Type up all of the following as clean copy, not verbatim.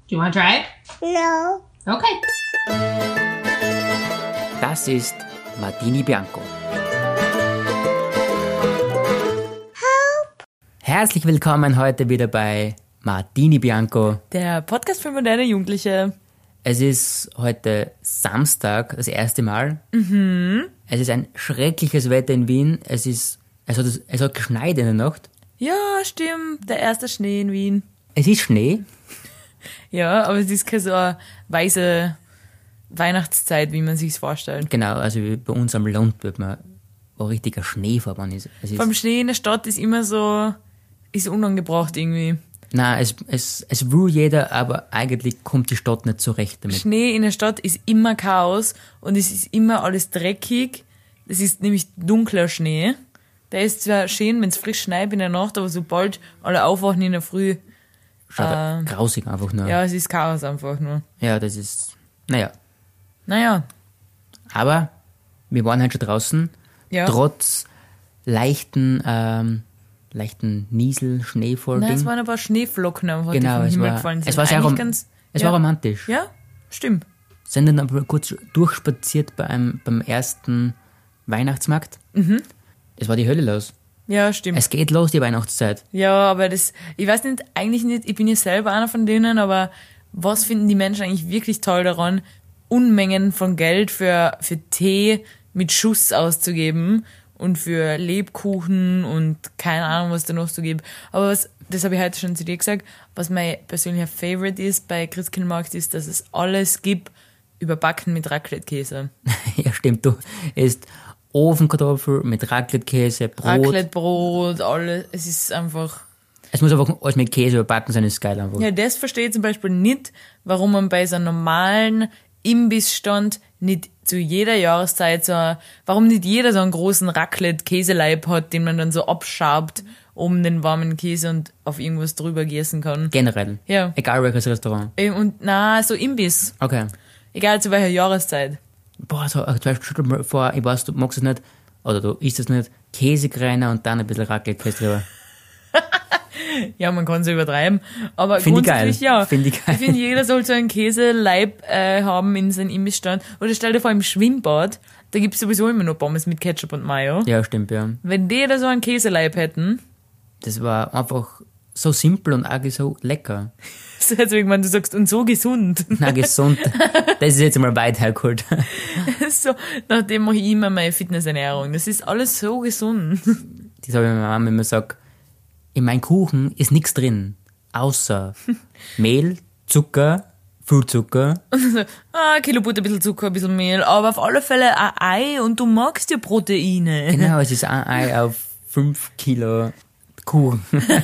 Do you want to try it? No. Okay. Das ist Martini Bianco. Herzlich willkommen heute wieder bei Martini Bianco. Der Podcast für moderne Jugendliche. Es ist heute Samstag, das erste Mal. Es ist ein schreckliches Wetter in Wien. Es hat geschneit in der Nacht. Ja, stimmt. Der erste Schnee in Wien. Es ist Schnee. Ja, aber es ist keine so eine weiße Weihnachtszeit, wie man sich's vorstellt. Genau, also wie bei uns am Land wird man, wo richtiger Schnee vorbei ist. Beim Schnee in der Stadt ist immer so, ist unangebracht irgendwie. Nein, es will jeder, aber eigentlich kommt die Stadt nicht zurecht damit. Schnee in der Stadt ist immer Chaos und es ist immer alles dreckig. Es ist nämlich dunkler Schnee. Der ist zwar schön, wenn es frisch schneit in der Nacht, aber sobald alle aufwachen in der Früh, Schaut grausig einfach nur. ja, es ist Chaos einfach nur. Ja, das ist, naja. Naja, Aber wir waren halt schon draußen, ja. trotz leichten Niesel, Schneefall. Nein, es waren ein paar Schneeflocken einfach, die Genau, vom es Himmel war, gefallen sind. es war sehr Eigentlich es war romantisch. Ja, stimmt. Sind dann aber kurz durchspaziert beim ersten Weihnachtsmarkt. Es war die Hölle los. Ja, stimmt. Es geht los, die Weihnachtszeit. Ja, aber ich weiß nicht, eigentlich nicht, ich bin ja selber einer von denen, aber was finden die Menschen eigentlich wirklich toll daran, Unmengen von Geld für Tee mit Schuss auszugeben und für Lebkuchen und keine Ahnung, was da noch so gibt. Aber das habe ich heute schon zu dir gesagt, was mein persönlicher Favorite ist bei Christkindlmarkt ist, dass es alles gibt, überbacken mit Raclette-Käse. Ja, stimmt, du isst Ofenkartoffel mit Raclette-Käse, Brot. Raclette-Brot, alles, es ist einfach... Es muss einfach alles mit Käse überbacken sein, ist geil einfach. Ja, das verstehe ich zum Beispiel nicht, warum man bei so einem normalen Imbissstand nicht zu jeder Jahreszeit warum nicht jeder so einen großen Raclette-Käseleib hat, den man dann so abschabt, um den warmen Käse und auf irgendwas drüber gießen kann. Generell. Ja. Egal welches Restaurant. Und so Imbiss. Okay. Egal zu welcher Jahreszeit. Boah, so, zum Beispiel stell dir mal vor, ich weiß, du magst es nicht, oder du isst es nicht, Käsekreiner und dann ein bisschen Raclette-Käse drüber. Ja, man kann es übertreiben, aber Find ich grundsätzlich geil. ja. Find ich geil. Ich finde, jeder soll so einen Käseleib haben in seinem Imbissstand. Oder stell dir vor, im Schwimmbad, da gibt es sowieso immer noch Pommes mit Ketchup und Mayo. Ja, stimmt, ja. Wenn die da so einen Käseleib hätten, Das war einfach so simpel und auch so lecker. so jetzt irgendwann du sagst, und so gesund. Na, gesund. Das ist jetzt mal weit hergeholt. So, nachdem mache ich immer meine Fitnessernährung. Das ist alles so gesund. Das habe ich meiner Mama immer gesagt, in meinem Kuchen ist nichts drin, außer Mehl, Zucker, viel Zucker. Kilo Butter, ein bisschen Zucker, ein bisschen Mehl, aber auf alle Fälle ein Ei und du magst ja Proteine. Genau, es ist ein Ei auf 5 Kilo Kuchen.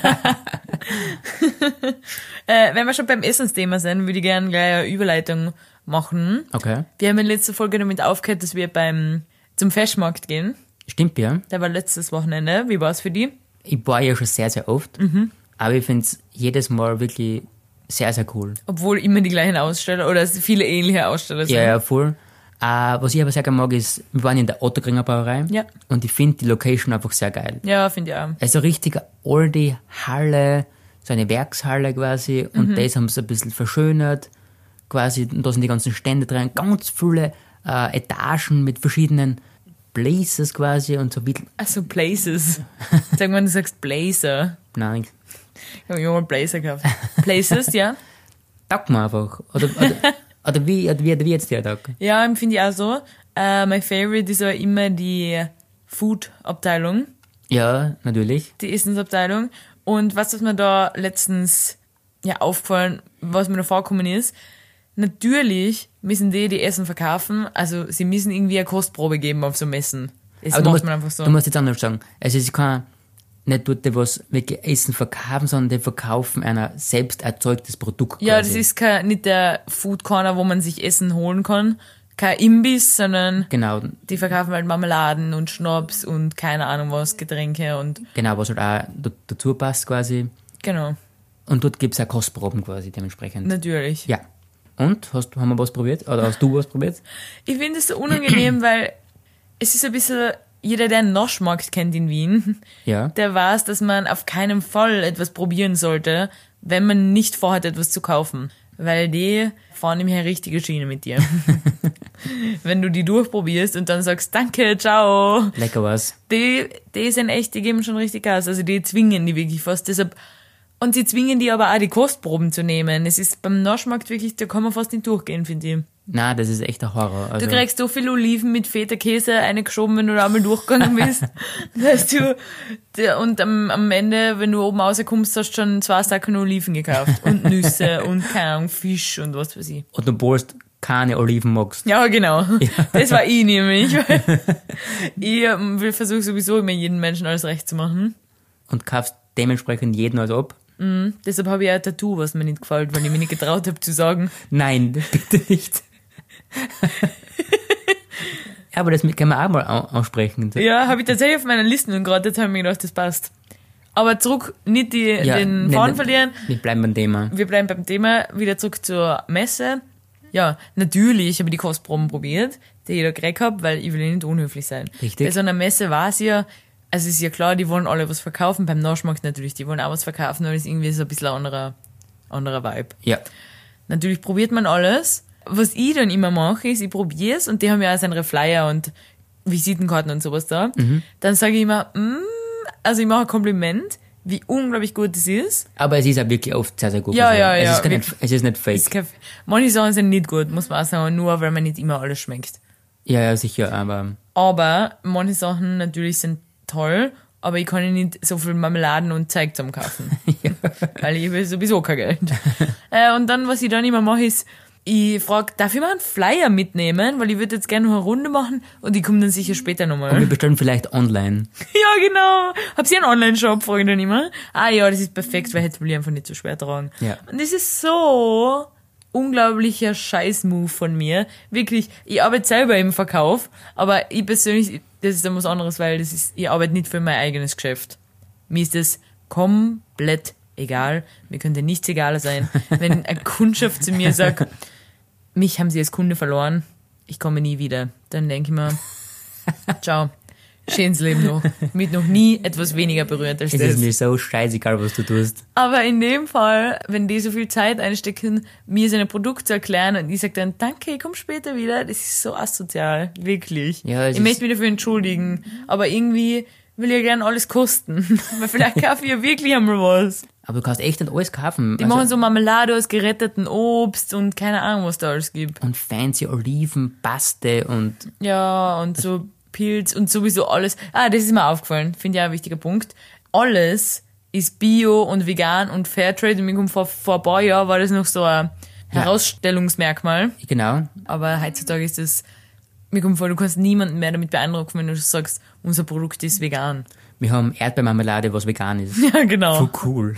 Wenn wir schon beim Essensthema sind, würde ich gerne gleich eine Überleitung machen. Okay. Wir haben in letzter Folge damit aufgehört, dass wir zum Festmarkt gehen. Stimmt, ja. Der war letztes Wochenende. Wie war es für die? Ich war ja schon sehr, sehr oft, aber ich finde es jedes Mal wirklich sehr, sehr cool. Obwohl immer die gleichen Aussteller oder es viele ähnliche Aussteller sind. Ja, ja, voll. Was ich aber sehr gerne mag, ist, wir waren in der Otterkringer Brauerei Ja. und ich finde die Location einfach sehr geil. Ja, finde ich auch. Also richtig alte Halle, so eine Werkshalle quasi und das haben sie ein bisschen verschönert quasi und da sind die ganzen Stände drin, ganz viele Etagen mit verschiedenen Places quasi und so ein bisschen, Also Places. Sag mal, du sagst Blazer. nein, Ich habe mal Blazer gehabt. Places, ja. taugt mir einfach. Oder wie jetzt der Tag? Ja, finde ich auch so. Mein Favorite ist aber immer die Food-Abteilung, Ja, natürlich. die Essensabteilung. Und was mir da letztens aufgefallen, was mir da vorgekommen ist, natürlich müssen die Essen verkaufen, also sie müssen irgendwie eine Kostprobe geben auf so Messen. Das Aber macht man einfach so. Du musst jetzt anders sagen. Also es kann nicht dort was wirklich Essen verkaufen, sondern die verkaufen ein selbst erzeugtes Produkt. Ja, quasi. das ist nicht der Food Corner, wo man sich Essen holen kann. Kein Imbiss, sondern Genau, die verkaufen halt Marmeladen und Schnaps und keine Ahnung was, Getränke und genau, was halt auch dazu passt quasi. genau, Und dort gibt es auch Kostproben quasi dementsprechend. natürlich. Ja. Und? Haben wir was probiert? Oder hast du was probiert? Ich finde es so unangenehm, weil es ist ein bisschen, jeder, der einen Naschmarkt kennt in Wien, Ja. der weiß, dass man auf keinen Fall etwas probieren sollte, wenn man nicht vorhat, etwas zu kaufen. weil die fahren nämlich eine richtige Schiene mit dir. Wenn du die durchprobierst und dann sagst, danke, ciao. Lecker was. Die sind echt, die geben schon richtig Gas. Also die zwingen die wirklich fast. Deshalb, und sie zwingen die aber auch, die Kostproben zu nehmen. Es ist beim Naschmarkt wirklich, da kann man fast nicht durchgehen, finde ich. Na, das ist echt ein Horror. Also, Du kriegst so viel Oliven mit Feta-Käse eingeschoben, wenn du da einmal durchgegangen bist. Und am Ende, wenn du oben rauskommst, hast du schon 2 Säcke Oliven gekauft. Und Nüsse und, keine Ahnung, Fisch und was weiß ich. und du bohrst keine Oliven magst. Ja, genau. Ja. Das war ich nämlich. Ich versuche sowieso immer jedem Menschen alles recht zu machen. Und kaufst dementsprechend jeden also ab. Deshalb habe ich auch ein Tattoo, was mir nicht gefällt, weil ich mich nicht getraut habe zu sagen. Nein, bitte nicht. Ja, aber das können wir auch mal aussprechen. Ja, habe ich tatsächlich auf meiner Liste und gerade jetzt habe ich mir gedacht, das passt. Aber zurück, nicht den Faden verlieren. Wir bleiben beim Thema. Wir bleiben beim Thema, wieder zurück zur Messe. Ja, natürlich habe ich die Kostproben probiert, die ich da gekriegt habe, weil ich will ja nicht unhöflich sein. Richtig. Bei so einer Messe war es ja, also ist ja klar, die wollen alle was verkaufen, beim Naschmarkt natürlich, die wollen auch was verkaufen, aber das ist irgendwie so ein bisschen ein anderer Vibe. Ja. Natürlich probiert man alles. Was ich dann immer mache, ist, ich probiere es und die haben ja auch seine Flyer und Visitenkarten und sowas da. Dann sage ich immer, also ich mache ein Kompliment, wie unglaublich gut es ist. Aber es ist auch wirklich oft sehr, sehr gut. Ja, also, ja, es ja. Es ist nicht fake. Manche Sachen sind nicht gut, muss man auch sagen, nur weil man nicht immer alles schmeckt. Ja, ja, sicher, aber Aber manche Sachen natürlich sind toll, aber ich kann ja nicht so viel Marmeladen und Zeug zum kaufen. ja. Weil ich habe sowieso kein Geld. Und dann, was ich dann immer mache, ist, ich frage, darf ich mal einen Flyer mitnehmen? Weil ich würde jetzt gerne noch eine Runde machen und ich komme dann sicher später Und nochmal. wir bestellen vielleicht online. Ja, genau. Habt ihr einen Online-Shop, frage ich dann immer. Ah ja, das ist perfekt, weil hätte ich einfach nicht so schwer tragen. Ja. Und das ist so unglaublicher Scheiß-Move von mir. Wirklich, ich arbeite selber im Verkauf, aber ich persönlich, das ist dann was anderes, weil ich arbeite nicht für mein eigenes Geschäft. Mir ist das komplett egal. Mir könnte nichts egaler sein, wenn eine Kundschaft zu mir sagt, mich haben sie als Kunde verloren, ich komme nie wieder. Dann denke ich mir, ciao, schönes Leben noch. Mit noch nie etwas weniger berührt als Es das. ist mir so scheißegal, was du tust. Aber in dem Fall, wenn die so viel Zeit einstecken, mir seine Produkte zu erklären und ich sage dann, danke, ich komme später wieder, das ist so asozial, wirklich. Ja, ich möchte mich dafür entschuldigen, aber irgendwie will ich ja gern alles kosten, weil vielleicht kaufe ich ja wirklich einmal was. Aber du kannst echt nicht alles kaufen. Die machen so Marmelade aus geretteten Obst und keine Ahnung, was da alles gibt. Und fancy Oliven, Paste und Ja, und so Pilz und sowieso alles. Ah, das ist mir aufgefallen, finde ich auch ein wichtiger Punkt. Alles ist bio und vegan und Fairtrade. Und mir kommt vor ein paar Jahren war das noch so ein Herausstellungsmerkmal. genau. Aber heutzutage ist das, mir kommt vor, du kannst niemanden mehr damit beeindrucken, wenn du sagst, unser Produkt ist vegan. Wir haben Erdbeermarmelade, was vegan ist. Ja, genau. So cool.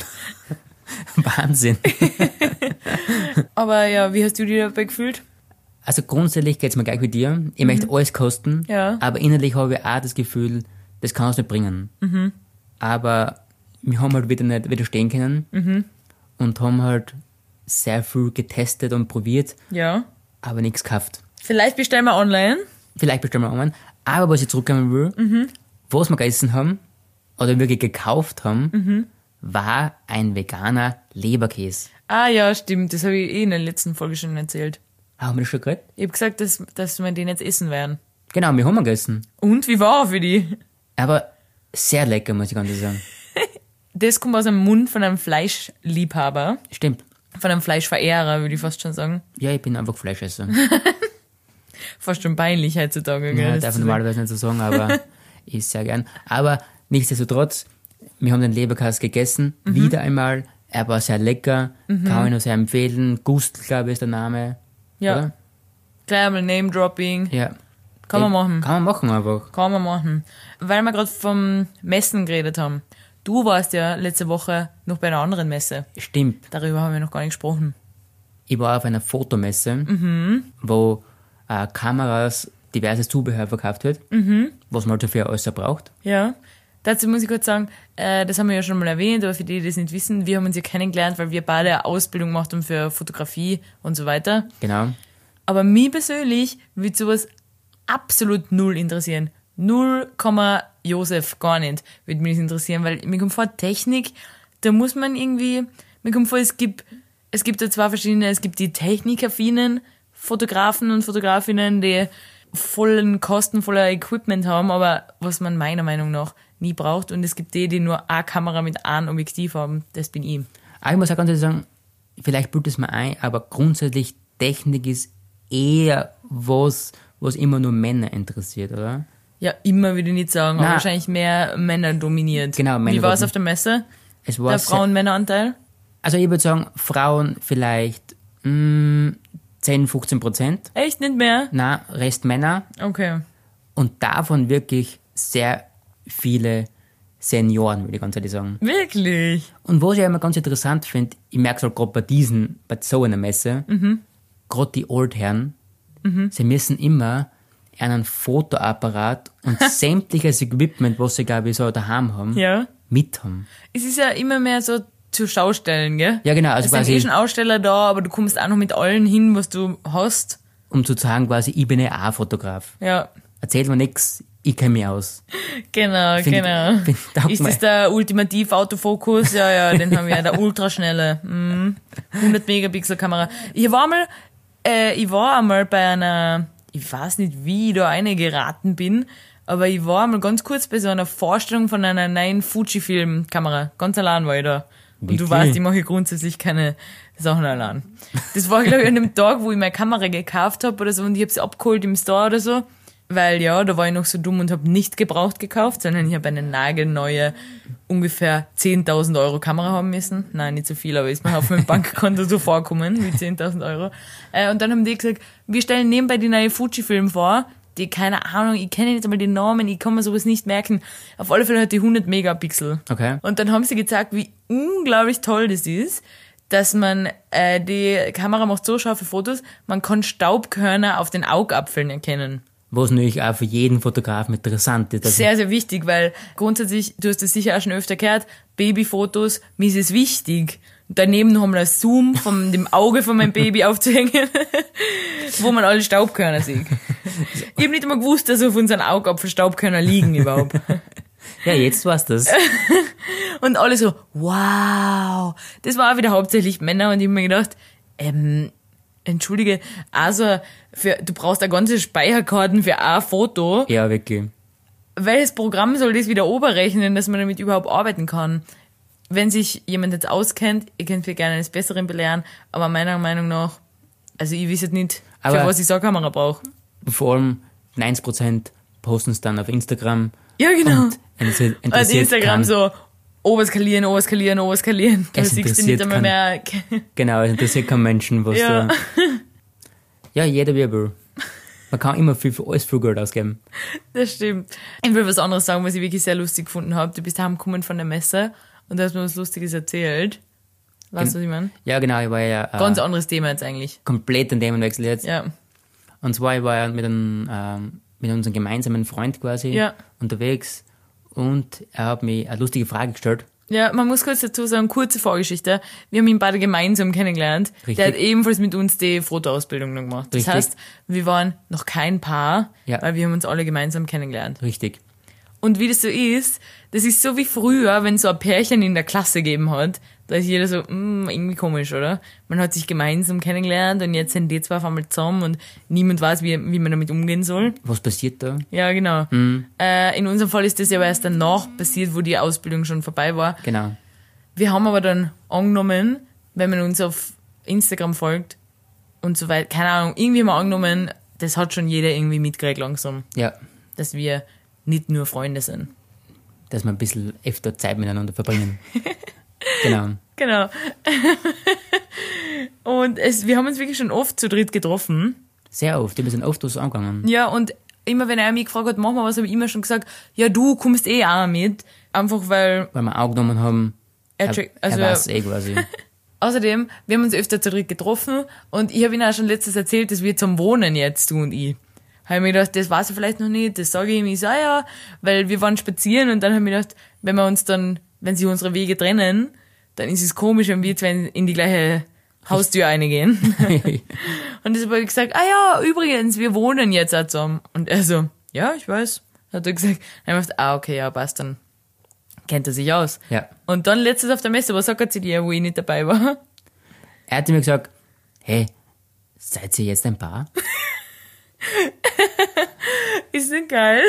Wahnsinn. Aber ja, wie hast du dich dabei gefühlt? Also grundsätzlich geht's mir gleich wie dir. Ich möchte alles kosten, Ja. aber innerlich habe ich auch das Gefühl, das kann es nicht bringen. Aber wir haben halt wieder nicht widerstehen können und haben halt sehr viel getestet und probiert, Ja. aber nichts gekauft. Vielleicht bestellen wir online. Vielleicht bestellen wir online. Aber was ich zurückkommen will, was wir gegessen haben oder wirklich gekauft haben, war ein veganer Leberkäse. Ah ja, stimmt. Das habe ich in der letzten Folge schon erzählt. Haben wir das schon geredet? Ich habe gesagt, dass wir den jetzt essen werden. Genau, wir haben ihn gegessen. Und wie war er für die? Aber sehr lecker, muss ich ganz ehrlich sagen. Das kommt aus dem Mund von einem Fleischliebhaber, Stimmt. von einem Fleischverehrer, würde ich fast schon sagen. Ja, ich bin einfach Fleischesser. Fast schon peinlich heutzutage. Gell, Ja, das darf zu ich sagen. normalerweise nicht so sagen, aber ich sehr gern. Aber nichtsdestotrotz, wir haben den Leberkäse gegessen, wieder einmal. Er war sehr lecker, kann ich nur sehr empfehlen. Gustl, glaube ich, ist der Name. Ja. Oder? Gleich einmal Name-Dropping. Ja. Kann man machen. Kann man machen einfach. Kann man machen. Weil wir gerade vom Messen geredet haben. Du warst ja letzte Woche noch bei einer anderen Messe. Stimmt. Darüber haben wir noch gar nicht gesprochen. Ich war auf einer Fotomesse, wo Kameras, diverses Zubehör verkauft wird, was man halt dafür alles braucht. Ja. Dazu muss ich kurz sagen, das haben wir ja schon mal erwähnt, aber für die, die das nicht wissen, wir haben uns ja kennengelernt, weil wir beide eine Ausbildung gemacht haben für Fotografie und so weiter. Genau. Aber mich persönlich würde sowas absolut null interessieren. 0, Josef, gar nicht, würde mich das interessieren, weil mir kommt vor, Technik, da muss man irgendwie, mir kommt vor, es gibt es gibt ja zwei verschiedene, es gibt die technikaffinen Fotografen und Fotografinnen, die vollen Kosten, voller Equipment haben, aber was man meiner Meinung nach nie braucht. Und es gibt die nur eine Kamera mit einem Objektiv haben. Das bin ich. Aber ich muss auch ganz ehrlich sagen, vielleicht bildet es mir ein, aber grundsätzlich Technik ist eher was immer nur Männer interessiert, oder? Ja, immer würde ich nicht sagen, aber Nein. wahrscheinlich mehr Männer dominiert. Genau, Männer Wie war es dominiert. auf der Messe? Es war Der sehr- Frauen-Männer-Anteil? Also ich würde sagen, Frauen vielleicht 10-15%. Echt nicht mehr? Nein, Rest Männer. Okay. Und davon wirklich sehr viele Senioren, würde ich ganz ehrlich sagen. Wirklich? Und was ich immer ganz interessant finde, ich merke es halt gerade bei so einer Messe, gerade die Oldherren, sie müssen immer einen Fotoapparat und sämtliches Equipment, was sie, glaube ich, so daheim haben, Ja. mit haben. Es ist ja immer mehr so zu Schaustellen, gell? Ja, genau, also Es sind quasi, schon Aussteller da, aber du kommst auch noch mit allen hin, was du hast. um zu sagen, quasi, ich bin ja auch Fotograf. Ja. Erzählt mir nichts, ich kenne mich aus. Genau, Find- genau. taugt Ist mir. das der Ultimativ-Autofokus? Ja, den haben wir, der ultraschnelle. 100 Megapixel Kamera. Ich war einmal bei einer, ich weiß nicht, wie ich da eine geraten bin, aber ich war einmal ganz kurz bei so einer Vorstellung von einer neuen Fujifilm-Kamera. Ganz allein war ich da. Und du Wirklich? weißt, ich mache grundsätzlich keine Sachen allein. Das war, glaube ich, an dem Tag, wo ich meine Kamera gekauft habe oder so und ich habe sie abgeholt im Store oder so. Weil ja, da war ich noch so dumm und habe nicht gebraucht gekauft, sondern ich habe eine nagelneue, ungefähr 10.000 Euro Kamera haben müssen. Nein, nicht so viel, aber ist mir auf meinem Bankkonto so vorkommen, wie 10.000 Euro. Und dann haben die gesagt, wir stellen nebenbei die neue Fujifilm vor, die, keine Ahnung, ich kenne nicht einmal den Namen, ich kann mir sowas nicht merken. Auf alle Fälle hat die 100 Megapixel. Okay. Und dann haben sie gezeigt, wie unglaublich toll das ist, dass man, die Kamera macht so scharfe Fotos, man kann Staubkörner auf den Augapfeln erkennen. Was natürlich auch für jeden Fotografen interessant ist. Also, Sehr, sehr wichtig, weil grundsätzlich, du hast das sicher auch schon öfter gehört, Babyfotos, mir ist es wichtig, daneben noch einmal ein Zoom von dem Auge von meinem Baby aufzuhängen, wo man alle Staubkörner sieht. Ich habe nicht einmal gewusst, dass auf unseren Augapfel Staubkörner liegen überhaupt. ja, jetzt war's das. Und alle so, wow. Das war auch wieder hauptsächlich Männer und ich habe mir gedacht, entschuldige, also du brauchst eine ganze Speicherkarten für ein Foto. Ja, wirklich. Welches Programm soll das wieder oberrechnen, dass man damit überhaupt arbeiten kann? Wenn sich jemand jetzt auskennt, ihr könnt mir gerne eines Besseren belehren, aber meiner Meinung nach, also ich weiß jetzt nicht, für Aber- was ich so eine Kamera brauche. Vor allem 90% posten es dann auf Instagram. Ja, genau. Und Und interessiert Instagram keinen. so, oberskalieren. Du Es siehst du nicht interessiert einmal mehr. Genau, es interessiert keinen Menschen, was Ja. da... Ja, jeder wie er will. Man kann immer für alles viel Geld ausgeben. Das stimmt. Ich will was anderes sagen, was ich wirklich sehr lustig gefunden habe. Du bist heimgekommen von der Messe und du hast mir was Lustiges erzählt. Weißt du, was ich meine? Ja, genau, ich war ja Ganz anderes Thema jetzt eigentlich. komplett an Themenwechsel jetzt. Ja. Und zwar, ich war ja mit unserem gemeinsamen Freund quasi Ja. unterwegs und er hat mir eine lustige Frage gestellt. Ja, man muss kurz dazu sagen, kurze Vorgeschichte. Wir haben ihn beide gemeinsam kennengelernt. Richtig. Der hat ebenfalls mit uns die Fotoausbildung noch gemacht. Das Richtig. heißt, wir waren noch kein Paar, Ja. weil wir haben uns alle gemeinsam kennengelernt. Richtig. Und wie das so ist, das ist so wie früher, wenn es so ein Pärchen in der Klasse gegeben hat, da ist jeder so, irgendwie komisch, oder? Man hat sich gemeinsam kennengelernt und jetzt sind die zwei auf einmal zusammen und niemand weiß, wie man damit umgehen soll. Was passiert da? Ja, genau. In unserem Fall ist das ja aber erst danach passiert, wo die Ausbildung schon vorbei war. Genau. Wir haben aber dann angenommen, wenn man uns auf Instagram folgt und so weiter, keine Ahnung, irgendwie haben wir angenommen, das hat schon jeder irgendwie mitgekriegt langsam, Ja, dass wir nicht nur Freunde sind. dass wir ein bisschen öfter Zeit miteinander verbringen. Genau. Genau. Und wir haben uns wirklich schon oft zu dritt getroffen. Sehr oft. Wir sind oft was angegangen. Ja, und immer wenn er mich gefragt hat, mach mal was, habe ich immer schon gesagt, ja, du kommst eh auch mit. Einfach weil, Weil wir angenommen haben, Er er check- also weiß eh quasi. außerdem, wir haben uns öfter zu dritt getroffen und ich habe ihm auch schon letztes erzählt, dass wir zum Wohnen jetzt, du und ich. Habe ich mir gedacht, das weiß er vielleicht noch nicht, das sage ich ihm, ich sage ja, weil wir waren spazieren und dann habe ich mir gedacht, wenn sich unsere Wege trennen, dann ist es komisch, wenn wir zwei in die gleiche Haustür reingehen. Und das habe ich gesagt, ja, übrigens, wir wohnen jetzt auch zusammen. Und er so, ja, ich weiß. Hat er gesagt, dann habe ich gedacht, okay, ja, passt, dann kennt er sich aus. Ja. Und dann letztes auf der Messe, was sagt er zu dir, wo ich nicht dabei war? Er hat mir gesagt, hey, seid ihr jetzt ein Paar? Ist nicht geil?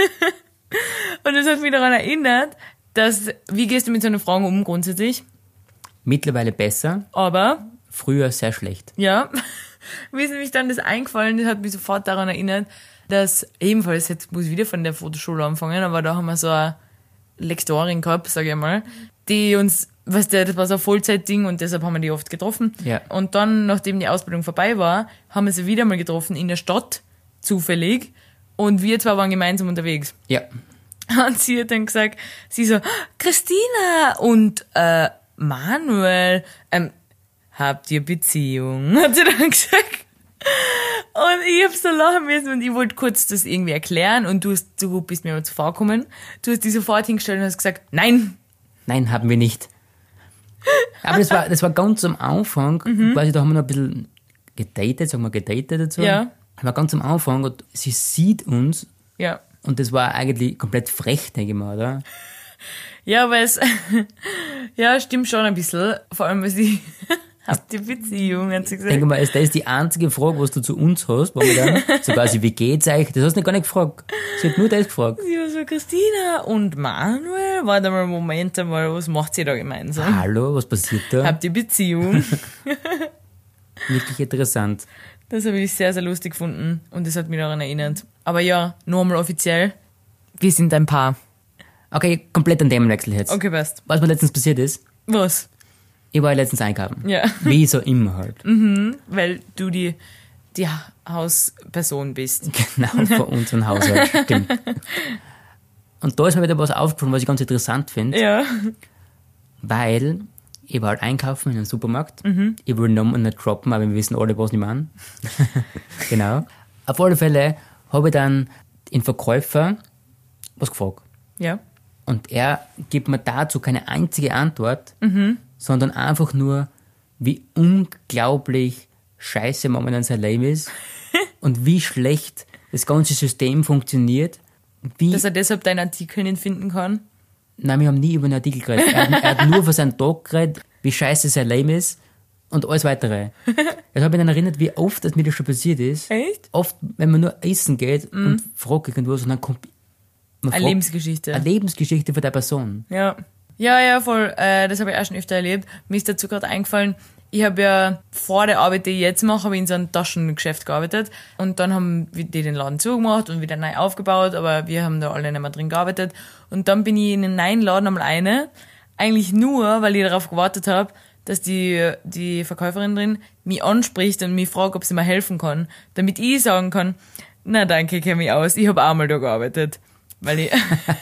Und das hat mich daran erinnert, dass, wie gehst du mit so einer Frage um grundsätzlich? Mittlerweile besser, Aber, früher sehr schlecht. ja, mir ist nämlich dann das eingefallen, das hat mich sofort daran erinnert, dass ebenfalls, jetzt muss ich wieder von der Fotoschule anfangen, aber da haben wir so eine Lektorin gehabt, sage ich mal, die uns, weißt du, das war so ein Vollzeitding und deshalb haben wir die oft getroffen. Ja. Und dann, nachdem die Ausbildung vorbei war, haben wir sie wieder mal getroffen in der Stadt, zufällig, und wir zwei waren gemeinsam unterwegs. Ja. Und sie hat dann gesagt, sie so, Christina und Manuel, habt ihr Beziehung? Hat sie dann gesagt. Und ich hab so lachen müssen und ich wollte kurz das irgendwie erklären und du bist mir aber zuvor gekommen. Du hast die sofort hingestellt und hast gesagt, nein. Nein, haben wir nicht. Aber das war ganz am Anfang, quasi, da haben wir noch ein bisschen gedatet, sagen wir gedatet dazu. Ja. Das war ganz am Anfang und sie sieht uns Ja. und das war eigentlich komplett frech, denke ich mal, oder? Ja, aber es, ja, stimmt schon ein bisschen. Vor allem, weil sie, habt ihr Beziehung, hat sie Ich gesagt. denke mal, das ist die einzige Frage, was du zu uns hast, wo wir dann, so quasi, wie geht's euch? Das hast du gar nicht gefragt. Sie hat nur das gefragt. Sie war so, Christina und Manuel, warte mal, Moment einmal, was macht sie da gemeinsam? Hallo, was passiert da? Habt ihr Beziehung? Wirklich interessant. Das habe ich sehr, sehr lustig gefunden und das hat mich daran erinnert. Aber ja, nur mal offiziell, wir sind ein Paar. Okay, komplett an Themenwechsel jetzt. Okay, passt. Was mir letztens passiert ist, Was? ich war ja letztens einkaufen. Ja, Wie so immer halt. weil du die Hausperson bist. Genau, von unserem Haushalt, stimmt. Und da ist mir wieder was aufgefallen, was ich ganz interessant finde, Ja. weil ich war halt einkaufen in einem Supermarkt. Ich will Namen nicht droppen, aber wir wissen alle, was ich meine. Genau. Auf alle Fälle habe ich dann den Verkäufer was gefragt. Ja. Und er gibt mir dazu keine einzige Antwort, sondern einfach nur, wie unglaublich scheiße momentan sein Leben ist und wie schlecht das ganze System funktioniert. Wie, Dass er deshalb deinen Artikel nicht finden kann. nein, wir haben nie über einen Artikel geredet. Er hat nur von seinem Tag geredet, wie scheiße sein Leben ist und alles weitere. Das habe ich dann erinnert, wie oft das mir das schon passiert ist. Echt? Oft, wenn man nur essen geht und fragt irgendwas und dann kommt man Eine fragt- Lebensgeschichte. eine Lebensgeschichte von der Person. Ja. Ja, voll. Das habe ich auch schon öfter erlebt. Mir ist dazu gerade eingefallen, ich habe ja vor der Arbeit, die ich jetzt mache, habe ich in so einem Taschengeschäft gearbeitet. Und dann haben die den Laden zugemacht und wieder neu aufgebaut, aber wir haben da alle nicht mehr drin gearbeitet. Und dann bin ich in den neuen Laden einmal eine. Eigentlich nur, weil ich darauf gewartet habe, dass die Verkäuferin drin mich anspricht und mich fragt, ob sie mir helfen kann. Damit ich sagen kann, na danke, ich kenne mich aus, ich habe auch mal da gearbeitet. Weil ich...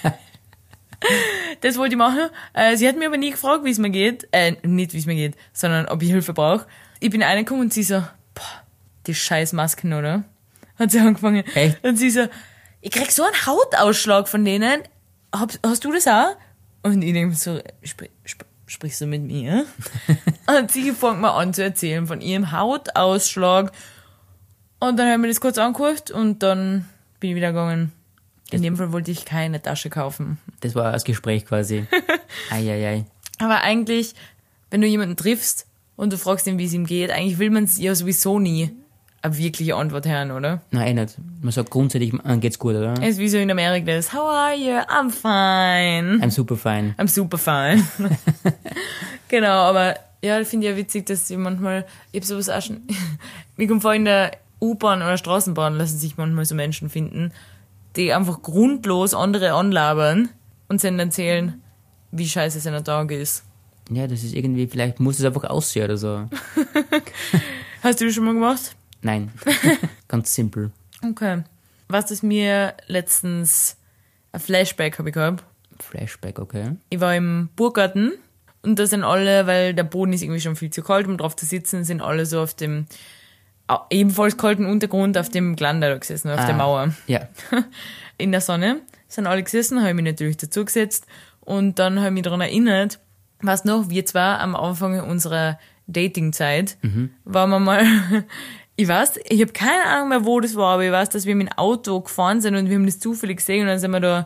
Das wollte ich machen. Sie hat mir aber nie gefragt, wie es mir geht. Nicht, wie es mir geht, sondern ob ich Hilfe brauche. Ich bin reingekommen und sie so, boah, die scheiß Masken, oder? Hat sie angefangen. Echt? Und sie so, ich krieg so einen Hautausschlag von denen. Hast du das auch? Und ich denke mir so, sprichst du mit mir? Und sie fängt mal an zu erzählen von ihrem Hautausschlag. Und dann habe ich mir das kurz angeguckt und dann bin ich wieder gegangen. In dem Fall wollte ich keine Tasche kaufen. Das war das Gespräch quasi. Eieiei. Aber eigentlich, wenn du jemanden triffst und du fragst ihn, wie es ihm geht, eigentlich will man es ja sowieso nie eine wirkliche Antwort hören, oder? Nein, nicht. Man sagt grundsätzlich, geht's gut, oder? Es ist wie so in Amerika, das How are you? I'm fine. I'm super fine. I'm super fine. Genau, aber ja, finde ich ja witzig, dass ich manchmal, ich hab sowas auch schon, mir kommt vor, in der U-Bahn oder Straßenbahn lassen sich manchmal so Menschen finden, die einfach grundlos andere anlabern und dann erzählen, wie scheiße sein Tag ist. Ja, das ist irgendwie, vielleicht muss es einfach aussehen oder so. Hast du das schon mal gemacht? Nein. Ganz simpel. Okay. Was das mir letztens, ein Flashback habe ich gehabt. Flashback, okay. Ich war im Burggarten und da sind alle, weil der Boden ist irgendwie schon viel zu kalt, um drauf zu sitzen, sind alle so auf dem ebenfalls kalten Untergrund auf dem Glander da gesessen, auf der Mauer. Ja. In der Sonne sind alle gesessen, habe ich mich natürlich dazu gesetzt und dann habe ich mich daran erinnert, weißt noch, wir zwar am Anfang unserer Datingzeit waren wir mal, ich weiß, ich habe keine Ahnung mehr, wo das war, aber ich weiß, dass wir mit dem Auto gefahren sind und wir haben das zufällig gesehen und dann sind wir da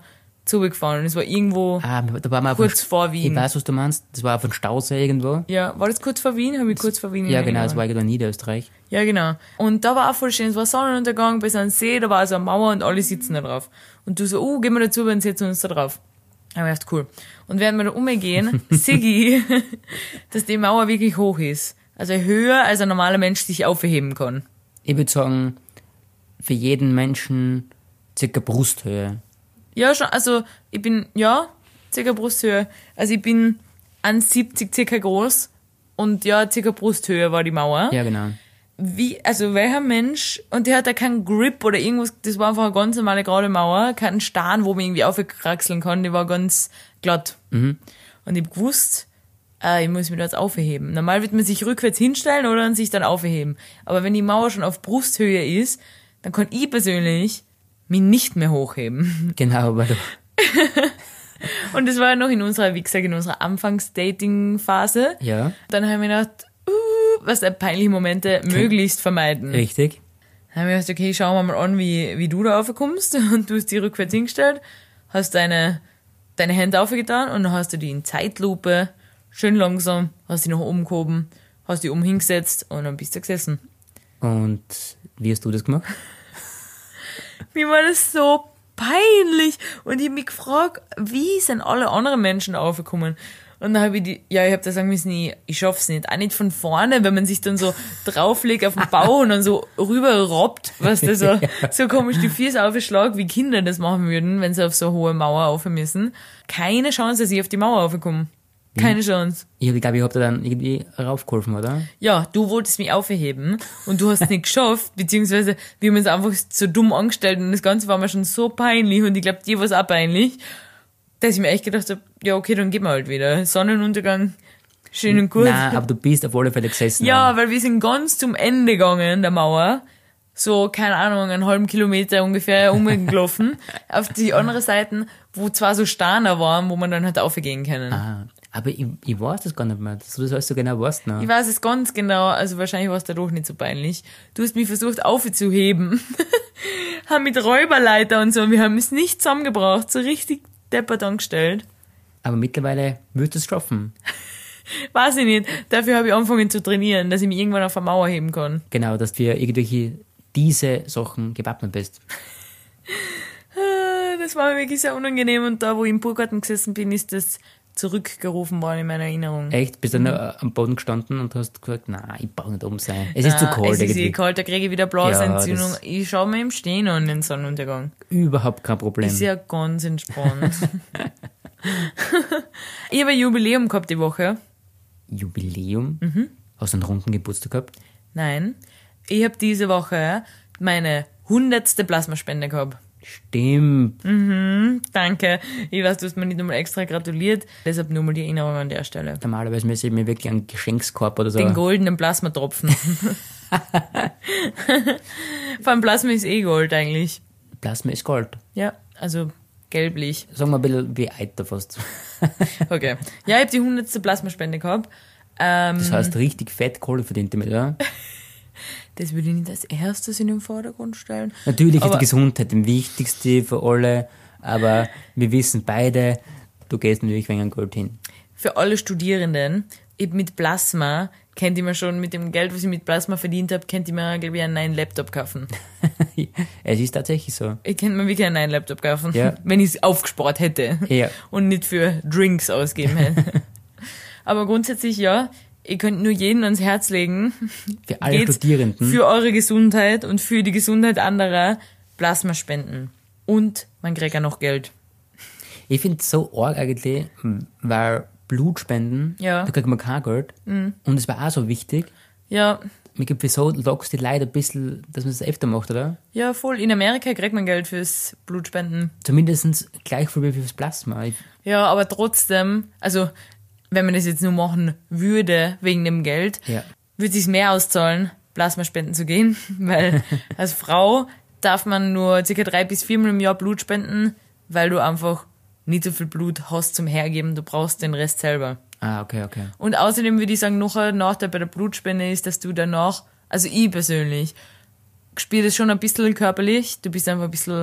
zugefahren. Und es war irgendwo Da waren wir kurz vor Wien. Ich weiß, was du meinst. Das war auf einem Stausee irgendwo. Ja, war das kurz vor Wien? Habe ich kurz vor Wien Ja, genau, Erinnerung. das war irgendwo in Niederösterreich. Ja, genau. Und da war auch voll schön. Es war Sonnenuntergang bei so einem See, da war so eine Mauer und alle sitzen da drauf. Und du so, gehen wir dazu und setzen uns da drauf. Da habe ich gedacht, cool. Und während wir da umgehen, sehe ich, dass die Mauer wirklich hoch ist. Also höher, als ein normaler Mensch sich aufheben kann. Ich würde sagen, für jeden Menschen circa Brusthöhe. Ja, schon, also ich bin, circa Brusthöhe. Also ich bin 1,70 circa groß und ja, circa Brusthöhe war die Mauer. Ja, genau. Also welcher Mensch, und der hat da keinen Grip oder irgendwas, das war einfach eine ganz normale gerade Mauer, keinen Stein, wo man irgendwie aufkraxeln kann, die war ganz glatt. Und ich hab gewusst, ich muss mich da jetzt aufheben. Normal wird man sich rückwärts hinstellen oder sich dann aufheben. Aber wenn die Mauer schon auf Brusthöhe ist, dann kann ich persönlich mich nicht mehr hochheben. Genau, weil du... Und das war ja noch in unserer, wie gesagt, in unserer Anfangs-Dating-Phase. Ja, Dann habe ich mir gedacht, was peinliche Momente möglichst vermeiden. richtig. Dann habe ich gedacht, okay, schauen wir mal an, wie du da raufkommst. Und du hast die rückwärts hingestellt, hast deine Hände aufgetan und dann hast du die in Zeitlupe schön langsam, hast die nach oben gehoben, hast die oben hingesetzt und dann bist du gesessen. Und wie hast du das gemacht? Mir war das so peinlich. Und ich habe mich gefragt, wie sind alle anderen Menschen aufgekommen? Und dann habe ich habe da sagen müssen, ich schaff's nicht. Auch nicht von vorne, wenn man sich dann so drauflegt auf den Bauch und dann so rüber robbt, was da so komisch die Füße aufschlägt, wie Kinder das machen würden, wenn sie auf so eine hohe Mauer rauf müssen. Keine Chance, dass ich auf die Mauer raufkomme. Keine Chance. Ich glaube, ich habe da dann irgendwie raufgeholfen, oder? Ja, du wolltest mich aufheben und du hast es nicht geschafft, beziehungsweise wir haben uns einfach so dumm angestellt und das Ganze war mir schon so peinlich und ich glaube, dir war es auch peinlich, dass ich mir echt gedacht habe, ja okay, dann gehen wir halt wieder. Sonnenuntergang, schön und gut. Nein, aber du bist auf alle Fälle gesessen. Ja, weil wir sind ganz zum Ende gegangen, der Mauer. So, keine Ahnung, einen halben Kilometer ungefähr umgelaufen. Auf die andere Seite, wo zwar so Steine waren, wo man dann halt aufgehen können. Aber ich weiß das gar nicht mehr, dass du das alles so genau weißt. Ne? Ich weiß es ganz genau, also wahrscheinlich war es da doch nicht so peinlich. Du hast mich versucht aufzuheben. Haben mit Räuberleiter und so, und wir haben es nicht zusammengebracht, so richtig deppert angestellt. Aber mittlerweile würdest du es schaffen. Weiß ich nicht. Dafür habe ich angefangen zu trainieren, dass ich mich irgendwann auf eine Mauer heben kann. Genau, dass du für irgendwelche diese Sachen gewappnet bist. Das war mir wirklich sehr unangenehm und da, wo ich im Burgarten gesessen bin, ist das zurückgerufen worden in meiner Erinnerung. Echt? Bist du dann am Boden gestanden und hast gesagt, nein, ich brauche nicht oben sein. Es ist zu kalt Es ist irgendwie. kalt, da kriege ich wieder Blasenentzündung. Ja, Ich schaue mir im Stehen an den Sonnenuntergang. Überhaupt kein Problem. Ist ja ganz entspannt. Ich habe ein Jubiläum gehabt die Woche. Jubiläum? Hast du einen runden Geburtstag gehabt? Nein. Ich habe diese Woche meine 100. Plasmaspende gehabt. Stimmt. Danke. Ich weiß, du hast mir nicht nochmal extra gratuliert. Deshalb nur mal die Erinnerung an der Stelle. Normalerweise müsste ich mir wirklich einen Geschenkskorb oder so. Den goldenen Plasmatropfen. Vor allem Plasma ist eh Gold eigentlich. Plasma ist Gold. Ja, also gelblich. Sagen wir ein bisschen wie Eiter fast. Okay. Ja, ich habe die 100. Plasmaspende gehabt. Das heißt, richtig fett Kohle verdient damit, oder? Das würde ich nicht als erstes in den Vordergrund stellen. Natürlich ist Aber- die Gesundheit am wichtigste für alle, aber wir wissen beide, du gehst natürlich wegen Gold hin. Für alle Studierenden, mit Plasma, kennt ihr mir schon, mit dem Geld, was ich mit Plasma verdient habe, kennt ihr mir, glaube ich, einen neuen Laptop kaufen. Es ist tatsächlich so. Ich könnte mir wirklich einen neuen Laptop kaufen, Ja. wenn ich es aufgespart hätte Ja. und nicht für Drinks ausgeben hätte. Aber grundsätzlich ja, ihr könnt nur jeden ans Herz legen. Für alle Geht's Studierenden. Für eure Gesundheit und für die Gesundheit anderer Plasma spenden. Und man kriegt auch noch Geld. Ich finde es so arg eigentlich, weil Blutspenden, Ja. da kriegt man kein Geld. Und es war auch so wichtig. Ja, Ich glaube, wieso lockst die Leute ein bisschen, dass man das öfter macht, oder? ja, voll. In Amerika kriegt man Geld fürs Blutspenden. Zumindest gleich viel wie fürs Plasma. Ja, aber trotzdem, also wenn man das jetzt nur machen würde wegen dem Geld, Ja. würde es sich mehr auszahlen, Plasmaspenden zu gehen, weil als Frau darf man nur ca. 3 bis 4 Mal im Jahr Blut spenden, weil du einfach nicht so viel Blut hast zum Hergeben, du brauchst den Rest selber. Ah, okay. Und außerdem würde ich sagen, noch ein Nachteil bei der Blutspende ist, dass du danach, also ich persönlich, spüre das schon ein bisschen körperlich, du bist einfach ein bisschen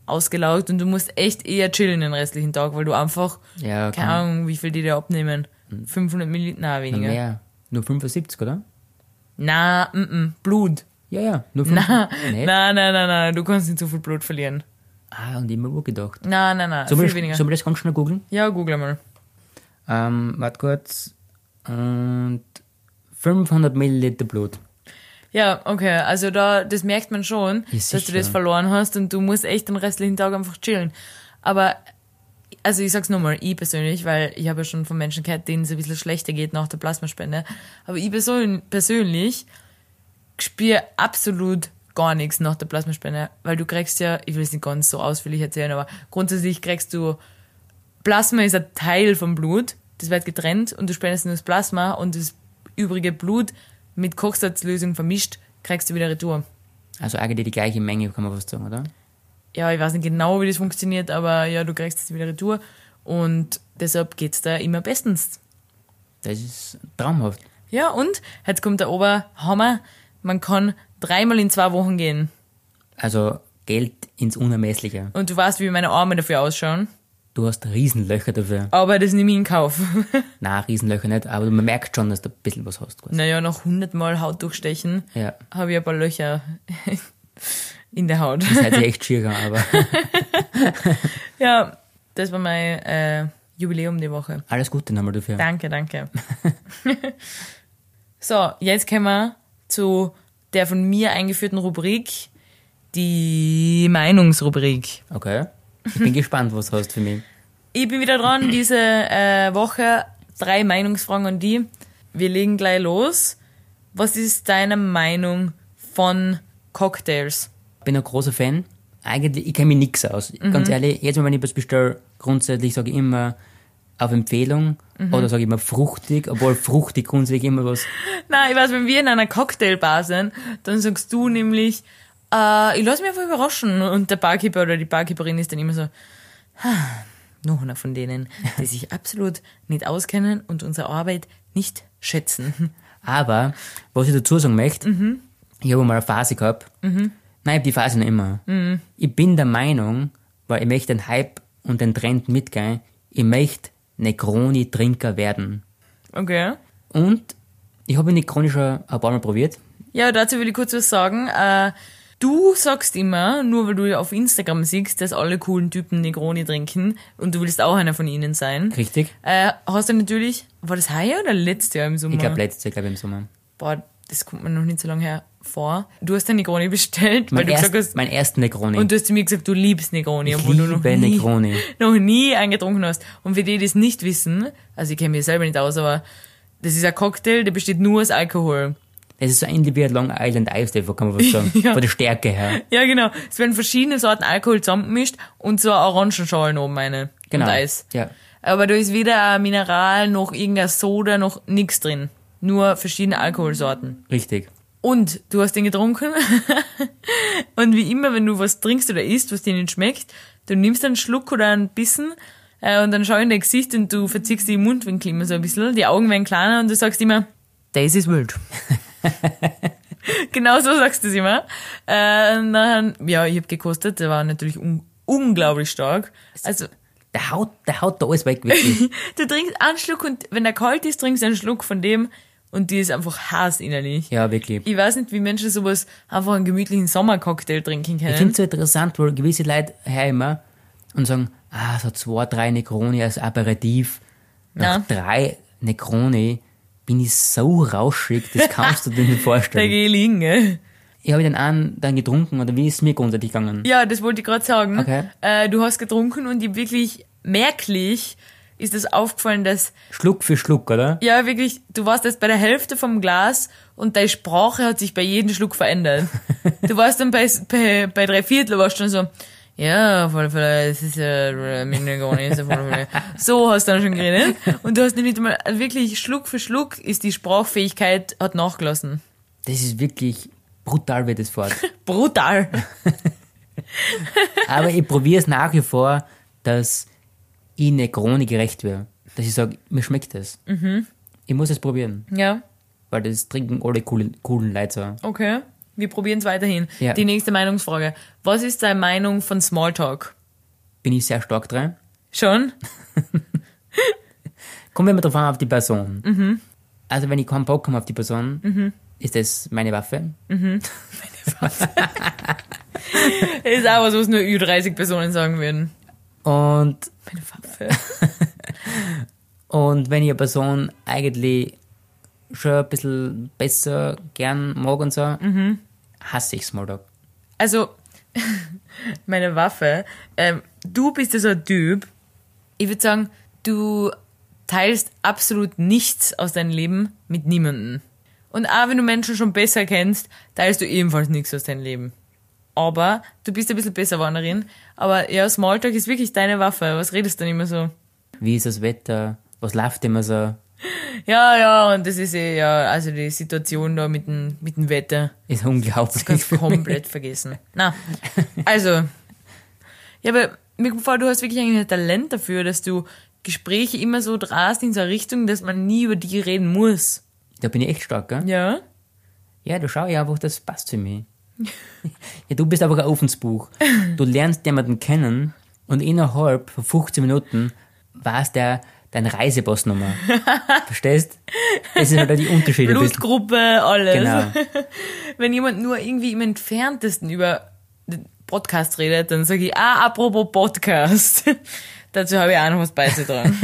ausgelaugt und du musst echt eher chillen den restlichen Tag, weil du einfach, Ja, keine Ahnung, wie viel die dir abnehmen. 500 Milliliter, nein, weniger. mehr. Nur 75, oder? Na, Blut. Ja, nur 75. Nicht? Nein, du kannst nicht so viel Blut verlieren. Ah, und immer gedacht. Nein, viel weniger. Sollen wir das ganz schnell googeln? Ja, google mal. Warte kurz. Und 500 Milliliter Blut. Ja, okay, also das merkt man schon, Ja, dass du sicher. das verloren hast und du musst echt den restlichen Tag einfach chillen. Aber, also ich sag's nochmal, ich persönlich, weil ich habe ja schon von Menschen gehört, denen es ein bisschen schlechter geht nach der Plasmaspende, aber ich persönlich spüre absolut gar nichts nach der Plasmaspende, weil du kriegst ja, ich will es nicht ganz so ausführlich erzählen, aber grundsätzlich kriegst du, Plasma ist ein Teil vom Blut, das wird getrennt und du spendest nur das Plasma und das übrige Blut mit Kochsalzlösung vermischt, kriegst du wieder retour. Also eigentlich die gleiche Menge, kann man fast sagen, oder? Ja, ich weiß nicht genau, wie das funktioniert, aber ja, du kriegst es wieder retour und deshalb geht's da immer bestens. Das ist traumhaft. Ja, und jetzt kommt der Oberhammer, man kann 3-mal in 2 Wochen gehen. Also Geld ins Unermessliche. Und du weißt, wie meine Arme dafür ausschauen, Du hast Riesenlöcher dafür. aber das nehme ich in Kauf. Nein, Riesenlöcher nicht, aber man merkt schon, dass du ein bisschen was hast. Quasi. Naja, nach 100-mal Haut durchstechen Ja, habe ich ein paar Löcher in der Haut. das ist halt echt schier, aber Ja, das war mein Jubiläum die Woche. alles Gute nochmal dafür. Danke. So, jetzt kommen wir zu der von mir eingeführten Rubrik, die Meinungsrubrik. Okay. Ich bin gespannt, was du hast für mich. Ich bin wieder dran, diese Woche 3 Meinungsfragen an die. Wir legen gleich los. Was ist deine Meinung von Cocktails? Ich bin ein großer Fan. Eigentlich, ich kenne mich nix aus. Ganz ehrlich, jetzt, wenn ich was bestelle, grundsätzlich sage ich immer auf Empfehlung oder sage ich immer fruchtig, obwohl fruchtig grundsätzlich immer was. Nein, ich weiß, wenn wir in einer Cocktailbar sind, dann sagst du nämlich, ich lasse mich einfach überraschen. Und der Barkeeper oder die Barkeeperin ist dann immer so, noch einer von denen, die sich absolut nicht auskennen und unsere Arbeit nicht schätzen. Aber, was ich dazu sagen möchte, ich habe mal eine Phase gehabt. Nein, ich habe die Phase noch immer. Ich bin der Meinung, weil ich möchte den Hype und den Trend mitgehen, ich möchte Negroni-Trinker werden. Okay. Und ich habe Negroni schon ein paar Mal probiert. Ja, dazu will ich kurz was sagen. Du sagst immer, nur weil du auf Instagram siehst, dass alle coolen Typen Negroni trinken und du willst auch einer von ihnen sein. Richtig? Hast du natürlich, war das heuer oder letztes Jahr im Sommer? Ich glaube, letztes Jahr, glaube ich, im Sommer. Boah, das kommt mir noch nicht so lange her vor. Du hast einen Negroni bestellt, weil Mein, du gesagt hast, mein ersten Negroni. und du hast zu mir gesagt, du liebst Negroni, Ich obwohl du noch liebe nie, Negroni. noch nie eingetrunken hast. Und für die, die es nicht wissen, also ich kenne mich selber nicht aus, aber das ist ein Cocktail, der besteht nur aus Alkohol. Das ist so ähnlich wie ein Long Island Ice, kann man was sagen. Ja. Von der Stärke her. Ja, genau. Es werden verschiedene Sorten Alkohol zusammengemischt und so eine Orangenschalen oben eine. Genau. Und Eis. Ja. Aber da ist weder ein Mineral, noch irgendein Soda, noch nix drin. Nur verschiedene Alkoholsorten. Richtig. Und du hast den getrunken. Und wie immer, wenn du was trinkst oder isst, was dir nicht schmeckt, du nimmst einen Schluck oder einen Bissen und dann schau in dein Gesicht und du verziehst die Mundwinkel immer so ein bisschen. Die Augen werden kleiner und du sagst immer, das ist wild. Genau so sagst du es immer. Dann, ja, ich habe gekostet, der war natürlich unglaublich stark. Also Der haut da alles weg, wirklich. du trinkst einen Schluck und wenn der kalt ist, trinkst du einen Schluck von dem und die ist einfach heiß innerlich. Ja, wirklich. Ich weiß nicht, wie Menschen sowas einfach einen gemütlichen Sommercocktail trinken können. Ich finde es so interessant, weil gewisse Leute hören immer und sagen, so 2, 3 Negroni als Aperitif. Nach Ja. 3 Negroni bin ich so rauschig, das kannst du dir nicht Da vorstellen. geh ich liegen, gell? Ich habe den einen dann getrunken, oder wie ist es mir grundsätzlich gegangen? Ja, das wollte ich gerade sagen. Okay. Du hast getrunken und ich wirklich merklich ist es aufgefallen, dass, Schluck für Schluck, oder? ja wirklich, du warst jetzt bei der Hälfte vom Glas und deine Sprache hat sich bei jedem Schluck verändert. Du warst dann bei 3/4 warst du dann so, ja, voll, es ist ja mit Negroni, ist ja voll. So hast du dann schon geredet. Und du hast nicht mal, wirklich Schluck für Schluck ist die Sprachfähigkeit hat nachgelassen. Das ist wirklich brutal, wie das fährt. Brutal. Aber ich probiere es nach wie vor, dass ich Negroni gerecht werde. Dass ich sage, mir schmeckt das. Ich muss es probieren. Ja, Weil das trinken alle coolen Leute so. okay. Wir probieren es weiterhin. Ja. Die nächste Meinungsfrage. Was ist deine Meinung von Smalltalk? Bin ich sehr stark dran. Schon? Kommen wir mal drauf an, auf die Person. Also wenn ich keinen Bock habe auf die Person, ist das meine Waffe. Das ist auch was, was nur über 30 Personen sagen würden. Und, Meine Waffe. und wenn ich eine Person eigentlich schon ein bisschen besser gern mag und so, hasse ich Smalltalk. Also, meine Waffe. Du bist ja so ein Typ. Ich würde sagen, du teilst absolut nichts aus deinem Leben mit niemandem. Und auch wenn du Menschen schon besser kennst, teilst du ebenfalls nichts aus deinem Leben. Aber du bist ein bisschen besser Warnerin. Aber ja, Smalltalk ist wirklich deine Waffe. Was redest du denn immer so? Wie ist das Wetter? Was läuft immer so? Ja, und das ist also die Situation da mit dem Wetter. Ist unglaublich. Das kannst du komplett vergessen. Na, also. Ja, aber mir kommt vor, du hast wirklich eigentlich ein Talent dafür, dass du Gespräche immer so drast in so eine Richtung, dass man nie über die reden muss. Da bin ich echt stark, gell? Ja? Ja, du schau ja einfach, das passt für mich. Ja, du bist einfach ein offenes Buch. Du lernst jemanden kennen und innerhalb von 15 Minuten weiß der deine Reisepassnummer. Verstehst? Das sind halt die Unterschiede. Blutgruppe, alles. Genau. Wenn jemand nur irgendwie im Entferntesten über den Podcast redet, dann sage ich, apropos Podcast. Dazu habe ich auch noch was beizutragen.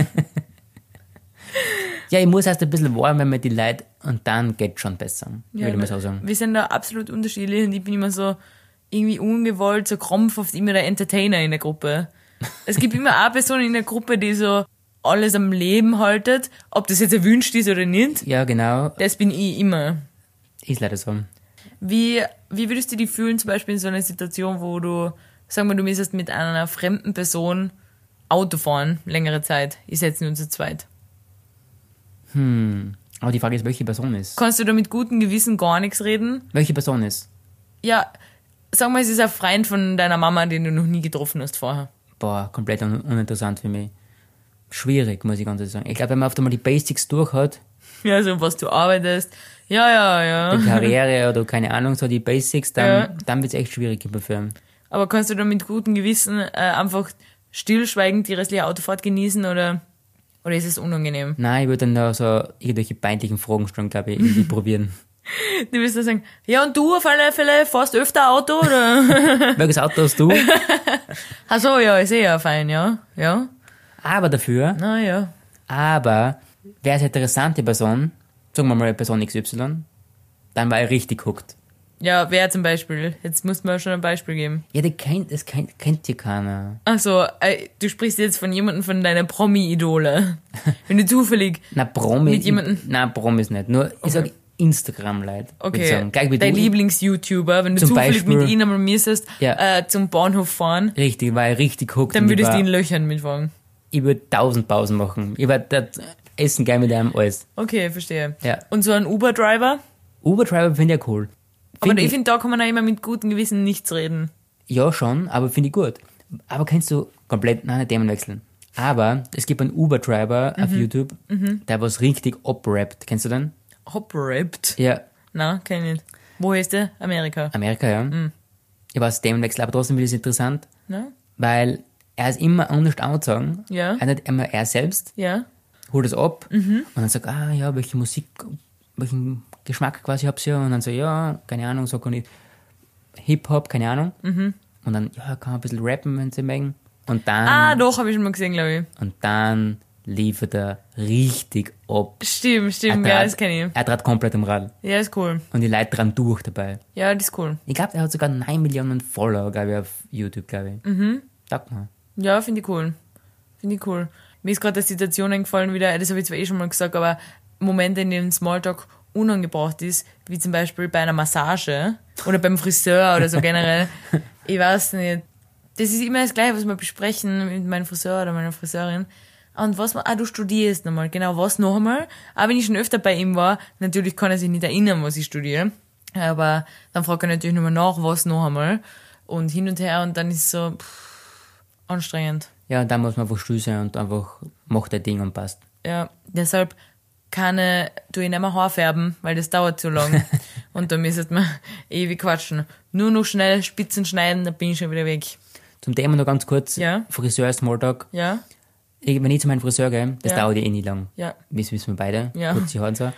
Ja, ich muss erst ein bisschen warm mit die Leute und dann geht's schon besser, würde ich mal so sagen. Wir sind da absolut unterschiedlich und ich bin immer so irgendwie ungewollt, so krampfhaft immer der Entertainer in der Gruppe. Es gibt immer eine Person in der Gruppe, die so alles am Leben haltet, ob das jetzt erwünscht ist oder nicht. Ja, genau. Das bin ich immer. Ist leider so. Wie würdest du dich fühlen, zum Beispiel in so einer Situation, wo du, sagen wir, du müsstest mit einer fremden Person Auto fahren, längere Zeit. Ich setze nur zu zweit. Aber die Frage ist, welche Person ist? Kannst du da mit gutem Gewissen gar nichts reden? Welche Person ist? Ja, sag mal, es ist ein Freund von deiner Mama, den du noch nie getroffen hast vorher. Boah, komplett uninteressant für mich. Schwierig, muss ich ganz ehrlich sagen. Ich glaube, wenn man oft einmal die Basics durch hat, Ja, so was du arbeitest. Ja. die Karriere oder keine Ahnung, so die Basics, dann wird es echt schwierig über Firmen. Aber kannst du da mit gutem Gewissen einfach stillschweigend die restliche Autofahrt genießen oder ist es unangenehm? Nein, ich würde dann da so irgendwelche peinlichen Fragen stellen, glaube ich, irgendwie probieren. Du wirst dann sagen, ja und du auf alle Fälle fährst öfter Auto oder? Welches Auto hast du? Ach so, ja, ist ja fein, ja. Aber dafür, Naja. wäre es eine interessante Person, sagen wir mal Person XY, dann war er richtig hooked. Ja, wer zum Beispiel? Jetzt muss man schon ein Beispiel geben. Ja, das kennt ja keiner. Also, du sprichst jetzt von jemandem von deiner Promi-Idole. Wenn du zufällig Na, Promi. mit jemandem... Nein, Promis nicht. Nur, ich sag Instagram-Leute. Okay, Gleich wie dein du. Lieblings-YouTuber, wenn du Zum zufällig Beispiel- mit ihm einmal müsstest, Ja. zum Bahnhof fahren, Richtig, war er richtig hooked. dann und würdest du ihn ich löchern mitfahren. würde 1000 Pausen machen. Ich würde essen gleich mit einem alles. Okay, verstehe. Ja. Und so ein Uber-Driver? Uber-Driver finde ich ja cool. Aber ich finde, da kann man auch immer mit gutem Gewissen nichts reden. Ja, schon, aber finde ich gut. Aber kennst du komplett, nein, nicht Themen wechseln. Aber es gibt einen Uber-Driver auf YouTube, der was richtig oprappt. Kennst du den? Hoprappt? Ja, Na, kenn ich nicht. Wo ist der? Amerika. Amerika, ja. Ich weiß, Themenwechsel, aber trotzdem finde ich es interessant, Na? weil er ist immer anders angezogen. Ja. Er nicht immer er selbst, Ja. holt es ab und dann sagt, ja, welche Musik, welchen Geschmack quasi hab's ja. Und dann so, ja, keine Ahnung, so kann ich Hip-Hop, keine Ahnung. Und dann, ja, kann man ein bisschen rappen, wenn sie mögen. Und dann, Doch, habe ich schon mal gesehen, glaube und dann liefert er richtig ab. ich. Stimmt, ja, das kenne Er trat komplett am Rad. ich. Ja, ist cool. Und die Leute dran durch dabei. Ja, das ist cool. Ich glaube, er hat sogar 9 Millionen Follower, glaube ich, auf YouTube, glaube ich. Sag mal. Ja, finde ich cool. Mir ist gerade eine Situation eingefallen wieder, das habe ich zwar schon mal gesagt, aber Momente, in denen Smalltalk unangebracht ist, wie zum Beispiel bei einer Massage oder beim Friseur oder so generell. Ich weiß nicht. Das ist immer das Gleiche, was wir besprechen mit meinem Friseur oder meiner Friseurin. Und was man, du studierst nochmal, genau, was noch einmal. Aber wenn ich schon öfter bei ihm war, natürlich kann er sich nicht erinnern, was ich studiere. Aber dann fragt er natürlich nochmal nach, was noch einmal. Und hin und her und dann ist es so, anstrengend. Ja, und dann muss man einfach still sein und einfach macht dein Ding und passt. Ja, deshalb tue ich nicht mehr Haar färben, weil das dauert zu lang. Und da müsstet man ewig quatschen. Nur noch schnell Spitzen schneiden, dann bin ich schon wieder weg. Zum Thema noch ganz kurz. Ja. Friseur-Smalltalk. Ja? Wenn ich zu meinem Friseur gehe, das Ja. dauert ja eh nicht lang. Ja. Das wissen wir beide. Ja. Kurze Haare und so.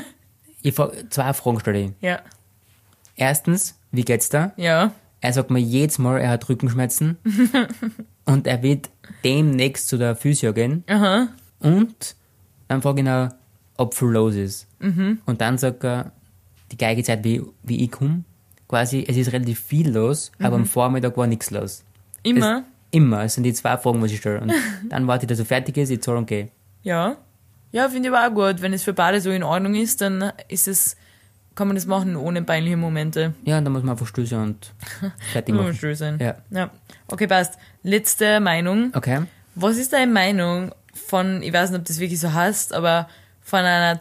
Zwei Fragen stelle ich. Ja. Erstens, wie geht's da? Ja. Er sagt mir jedes Mal, er hat Rückenschmerzen. Und er wird demnächst zu der Physio gehen. Aha. Und dann frage ich ihn auch, ob viel los ist. Und dann sagt er, die gleiche Zeit wie ich komme, quasi, es ist relativ viel los, aber am Vormittag war nichts los. Immer? Immer. Es sind die zwei Fragen, was ich stelle. Und dann warte ich, dass er fertig ist, ich zahle und gehe. Ja. Ja, finde ich aber auch gut. Wenn es für beide so in Ordnung ist, dann kann man das machen ohne peinliche Momente. Ja, und dann muss man einfach stößen und fertig Muss machen. schön sein. Ja. Okay, passt. Letzte Meinung. Okay. Was ist deine Meinung von, ich weiß nicht, ob das wirklich so heißt, aber von einem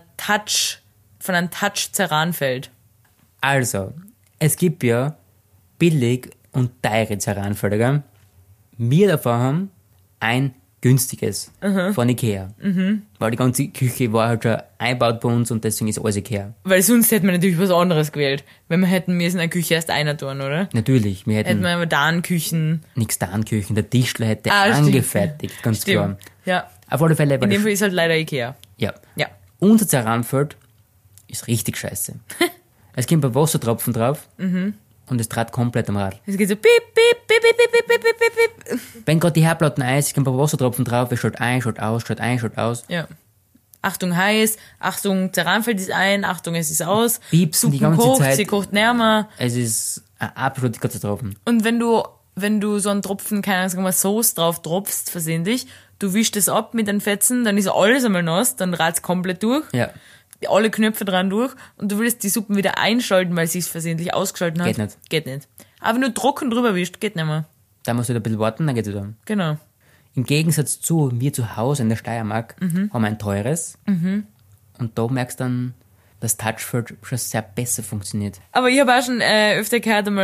Touch-Ceranfeld? Also, es gibt ja billig und teure Ceranfelder, gell? Wir davon haben ein günstiges von Ikea. Weil die ganze Küche war halt schon eingebaut bei uns und deswegen ist alles Ikea. Weil sonst hätte man natürlich was anderes gewählt. Wenn wir hätten müssen eine Küche erst einer tun, oder? Natürlich, wir Hätten hätten wir aber da einen Küchen. nichts da Küchen. Der Tischler hätte Stimmt. angefertigt, ganz klar. Ja. Auf alle Fälle war In dem das, Fall ist halt leider Ikea. ja. Ja. Unser Ceranfeld ist richtig scheiße. Es kommt ein paar Wassertropfen drauf und es dreht komplett am Rad. Es geht so piep, piep, piep, piep, piep, piep, piep, piep, piep. Wenn gerade die Herdplatten Eis, es kommt ein paar Wassertropfen drauf, es schaut ein, schaut aus, schaut ein, schaut aus. Ja. Achtung heiß, Achtung Ceranfeld ist ein, Achtung es ist aus. Piepsen die Suppen ganze kocht, Zeit. sie kocht närmer. Es ist eine absolute Katastrophe. Und wenn du so einen Tropfen, keine Ahnung, sagen wir mal Sauce drauf tropfst, versehentlich, du wischst es ab mit den Fetzen, dann ist alles einmal nass, dann rat's komplett durch. Ja, Alle Knöpfe dran durch und du willst die Suppen wieder einschalten, weil sie es versehentlich ausgeschalten hat. Geht nicht. Geht nicht. Aber wenn du trocken drüber wischst, geht nicht mehr. da musst du ein bisschen warten, dann geht's wieder. Genau. Im Gegensatz zu mir zu Hause in der Steiermark haben wir ein teures. Und da merkst du dann, dass Touchfeld schon sehr besser funktioniert. Aber ich habe auch schon öfter gehört einmal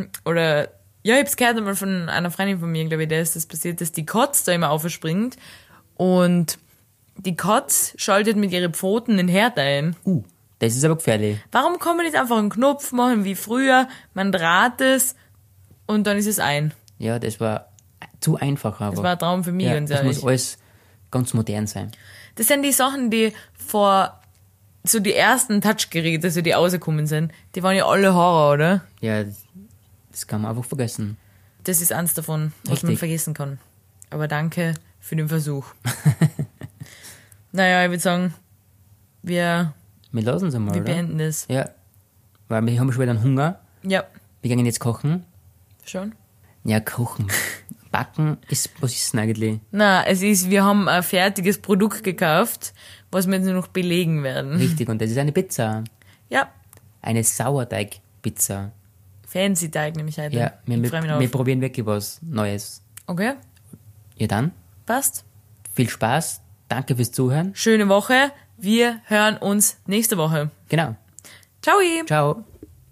ich hab's gehört einmal von einer Freundin von mir, glaube ich, der ist das passiert, dass die Katz da immer aufspringt und die Katz schaltet mit ihren Pfoten den Herd ein. Das ist aber gefährlich. Warum kann man nicht einfach einen Knopf machen wie früher, man dreht es und dann ist es ein. Ja, das war zu einfach. Aber Das war ein Traum für mich, ja, ganz das ehrlich. muss alles ganz modern sein. Das sind die Sachen, die vor so die ersten Touchgeräte, so die rausgekommen sind, die waren ja alle Horror, oder? Ja, das kann man einfach vergessen. Das ist eins davon, was man Richtig. vergessen kann. Aber danke für den Versuch. Naja, ich würde sagen, wir Wir lassen es einmal, oder? beenden das. Ja, weil wir haben schon wieder einen Hunger. Ja, Wir gehen jetzt kochen. schon. Ja, kochen. Backen ist, was ist denn eigentlich? Na, wir haben ein fertiges Produkt gekauft, was wir jetzt nur noch belegen werden. Richtig, und das ist eine Pizza. Ja, Eine Sauerteig-Pizza. fancy Teig nämlich heute. Ja, ich freu mich wir auf. probieren wirklich was Neues. Okay, Ja dann, passt. viel Spaß. Danke fürs Zuhören. Schöne Woche. Wir hören uns nächste Woche. Genau. Ciao! Ciao.